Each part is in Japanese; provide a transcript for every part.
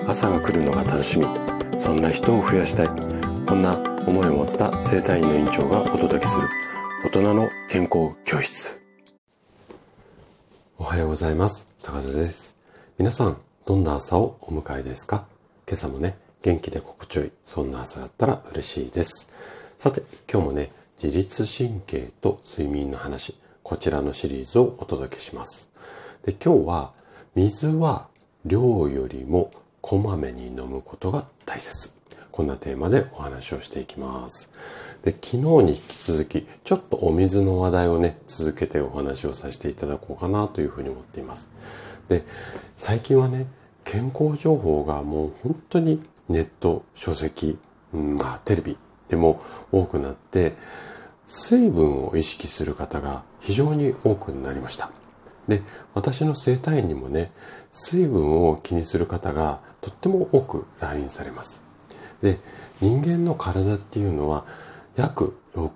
朝が来るのが楽しみ、そんな人を増やしたい、こんな思いを持った整体院の院長がお届けする大人の健康教室。おはようございます。高田です。皆さんどんな朝をお迎えですか？今朝もね、元気で心地よい、そんな朝だったら嬉しいです。さて、今日もね、自律神経と睡眠の話、こちらのシリーズをお届けします。で、今日は水は量よりもこまめに飲むことが大切。こんなテーマでお話をしていきます。で、昨日に引き続き、ちょっとお水の話題をね、続けてお話をさせていただこうかなというふうに思っています。で、最近はね、健康情報がもう本当にネット、書籍、テレビでも多くなって、水分を意識する方が非常に多くなりました。で、私の整体院にもね、水分を気にする方がとっても多く来院されます。で、人間の体っていうのは約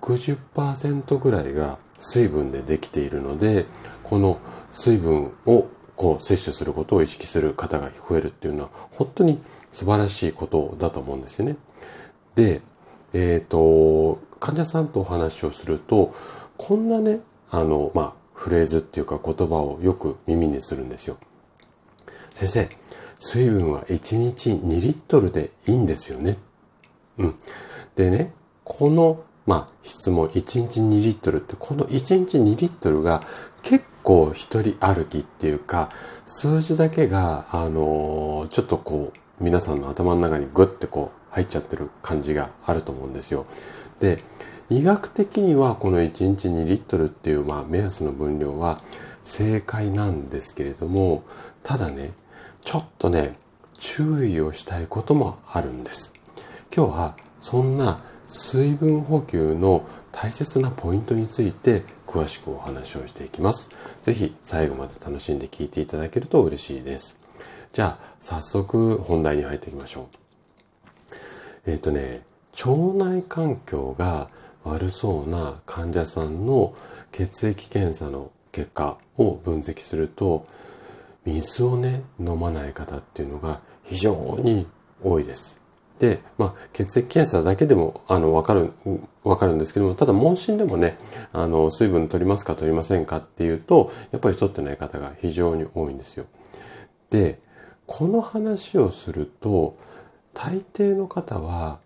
60% ぐらいが水分でできているので、この水分を摂取することを意識する方が増えるっていうのは本当に素晴らしいことだと思うんですよね。で、患者さんとお話をすると、こんなね、フレーズっていうか言葉をよく耳にするんですよ。先生、水分は1日2リットルでいいんですよね。でね、この、質問1日2リットルって、この1日2リットルが結構一人歩きっていうか、数字だけが、ちょっと皆さんの頭の中にグッて入っちゃってる感じがあると思うんですよ。で、医学的にはこの1日2リットルっていう目安の分量は正解なんですけれども、ただね、ちょっとね、注意をしたいこともあるんです。今日はそんな水分補給の大切なポイントについて詳しくお話をしていきます。ぜひ最後まで楽しんで聞いていただけると嬉しいです。じゃあ早速本題に入っていきましょう。腸内環境が悪そうな患者さんの血液検査の結果を分析すると、水をね、飲まない方っていうのが非常に多いです。で、血液検査だけでもわかるんですけども、ただ問診でもね、水分取りますか取りませんかっていうと、やっぱり取ってない方が非常に多いんですよ。で、この話をすると、大抵の方は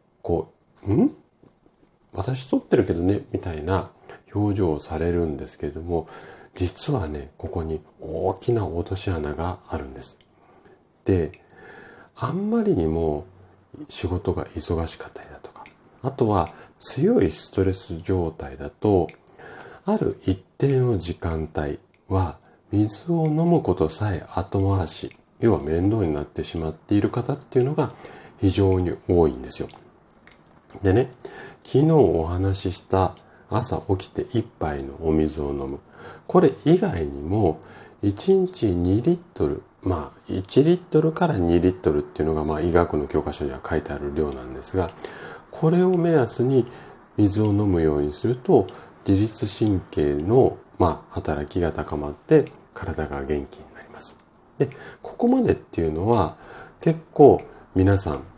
私取ってるけどね、みたいな表情をされるんですけれども、実はね、ここに大きな落とし穴があるんです。で、あんまりにも仕事が忙しかったりだとか、あとは強いストレス状態だと、ある一定の時間帯は水を飲むことさえ後回し、要は面倒になってしまっている方っていうのが非常に多いんですよ。でね、昨日お話しした朝起きて1杯のお水を飲む。これ以外にも1日2リットル、1リットルから2リットルっていうのが医学の教科書には書いてある量なんですが、これを目安に水を飲むようにすると自律神経の働きが高まって体が元気になります。で、ここまでっていうのは結構皆さん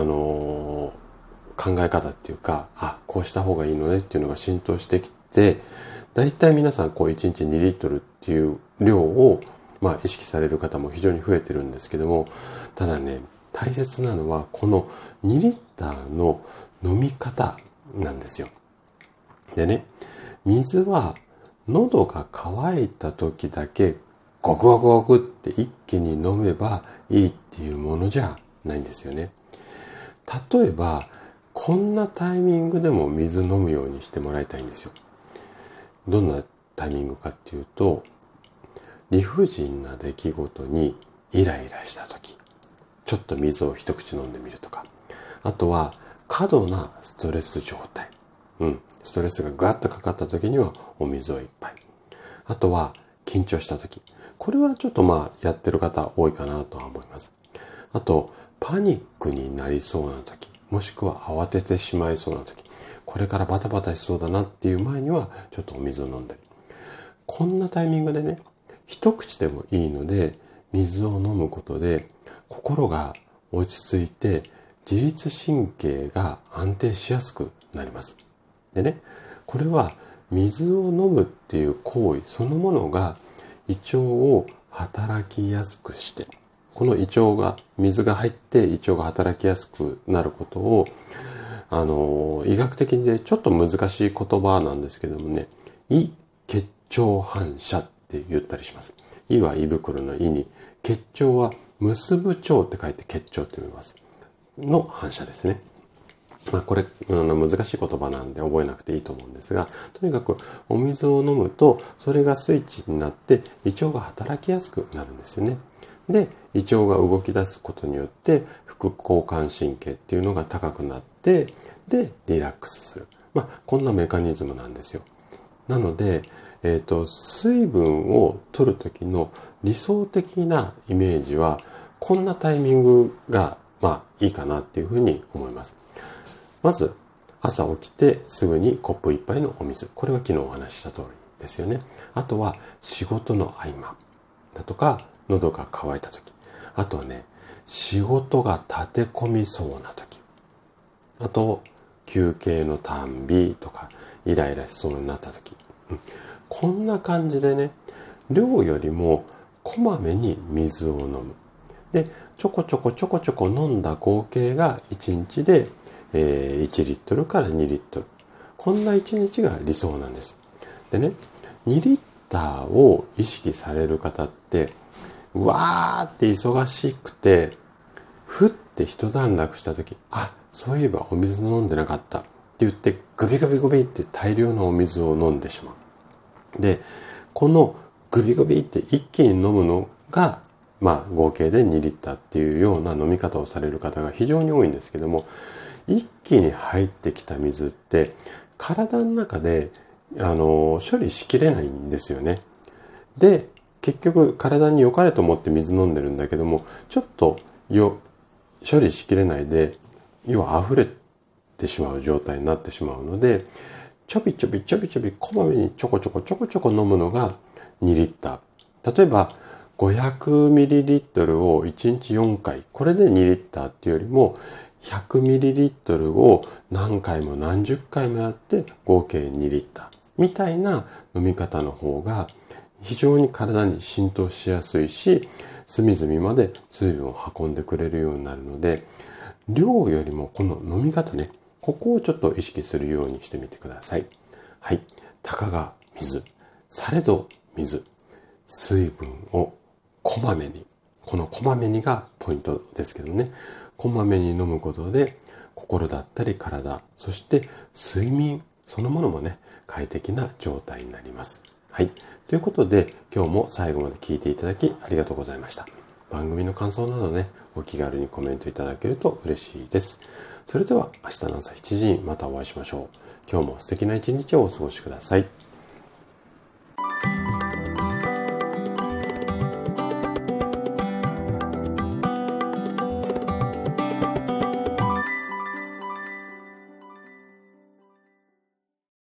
考え方っていうか、こうした方がいいのねっていうのが浸透してきて、だいたい皆さん1日2リットルっていう量を意識される方も非常に増えてるんですけども、ただね、大切なのはこの2リッターの飲み方なんですよ。でね、水は喉が渇いた時だけゴクゴクゴクって一気に飲めばいいっていうものじゃないんですよね。例えば、こんなタイミングでも水飲むようにしてもらいたいんですよ。どんなタイミングかっていうと、理不尽な出来事にイライラした時、ちょっと水を一口飲んでみるとか、あとは過度なストレス状態、ストレスがガッとかかった時にはお水を一杯、あとは緊張した時、これはちょっとやってる方多いかなとは思います。あとパニックになりそうな時、もしくは慌ててしまいそうな時、これからバタバタしそうだなっていう前にはちょっとお水を飲んだり、こんなタイミングでね、一口でもいいので水を飲むことで心が落ち着いて自律神経が安定しやすくなります。でね、これは水を飲むっていう行為そのものが胃腸を働きやすくして、この胃腸が、水が入って胃腸が働きやすくなることを、医学的でちょっと難しい言葉なんですけどもね、胃結腸反射って言ったりします。胃は胃袋の胃に、結腸は結ぶ腸って書いて結腸って読みます。の反射ですね。これ、難しい言葉なんで覚えなくていいと思うんですが、とにかくお水を飲むと、それがスイッチになって胃腸が働きやすくなるんですよね。で、胃腸が動き出すことによって、副交感神経っていうのが高くなって、で、リラックスする。こんなメカニズムなんですよ。なので、水分を取る時の理想的なイメージは、こんなタイミングが、いいかなっていうふうに思います。まず、朝起きてすぐにコップ一杯のお水。これは昨日お話しした通りですよね。あとは仕事の合間だとか、喉が渇いた時。あとはね、仕事が立て込みそうな時。あと、休憩のたんびとか、イライラしそうになった時。こんな感じでね、量よりもこまめに水を飲む。で、ちょこちょこ飲んだ合計が1日で、1リットルから2リットル。こんな1日が理想なんです。でね、2リッターを意識される方って、わーって忙しくて、ふって一段落した時、そういえばお水飲んでなかったって言って、グビって大量のお水を飲んでしまう。で、このグビって一気に飲むのが、合計で2リッターっていうような飲み方をされる方が非常に多いんですけども、一気に入ってきた水って体の中で処理しきれないんですよね。で、結局体に良かれと思って水飲んでるんだけども、ちょっと処理しきれないで、要は溢れてしまう状態になってしまうので、ちょびこまめにちょこちょこ飲むのが2リッター。例えば、500ml を1日4回、これで2リッターっていうよりも、100ml を何回も何十回もやって合計2リッターみたいな飲み方の方が非常に体に浸透しやすいし、隅々まで水分を運んでくれるようになるので、量よりもこの飲み方ね、ここをちょっと意識するようにしてみてください。はい。たかが水、されど水、水分をこまめに、このこまめにがポイントですけどね、こまめに飲むことで心だったり体、そして睡眠そのものもね、快適な状態になります。はい。ということで、今日も最後まで聞いていただきありがとうございました。番組の感想などね、お気軽にコメントいただけると嬉しいです。それでは明日の朝7時にまたお会いしましょう。今日も素敵な一日をお過ごしください。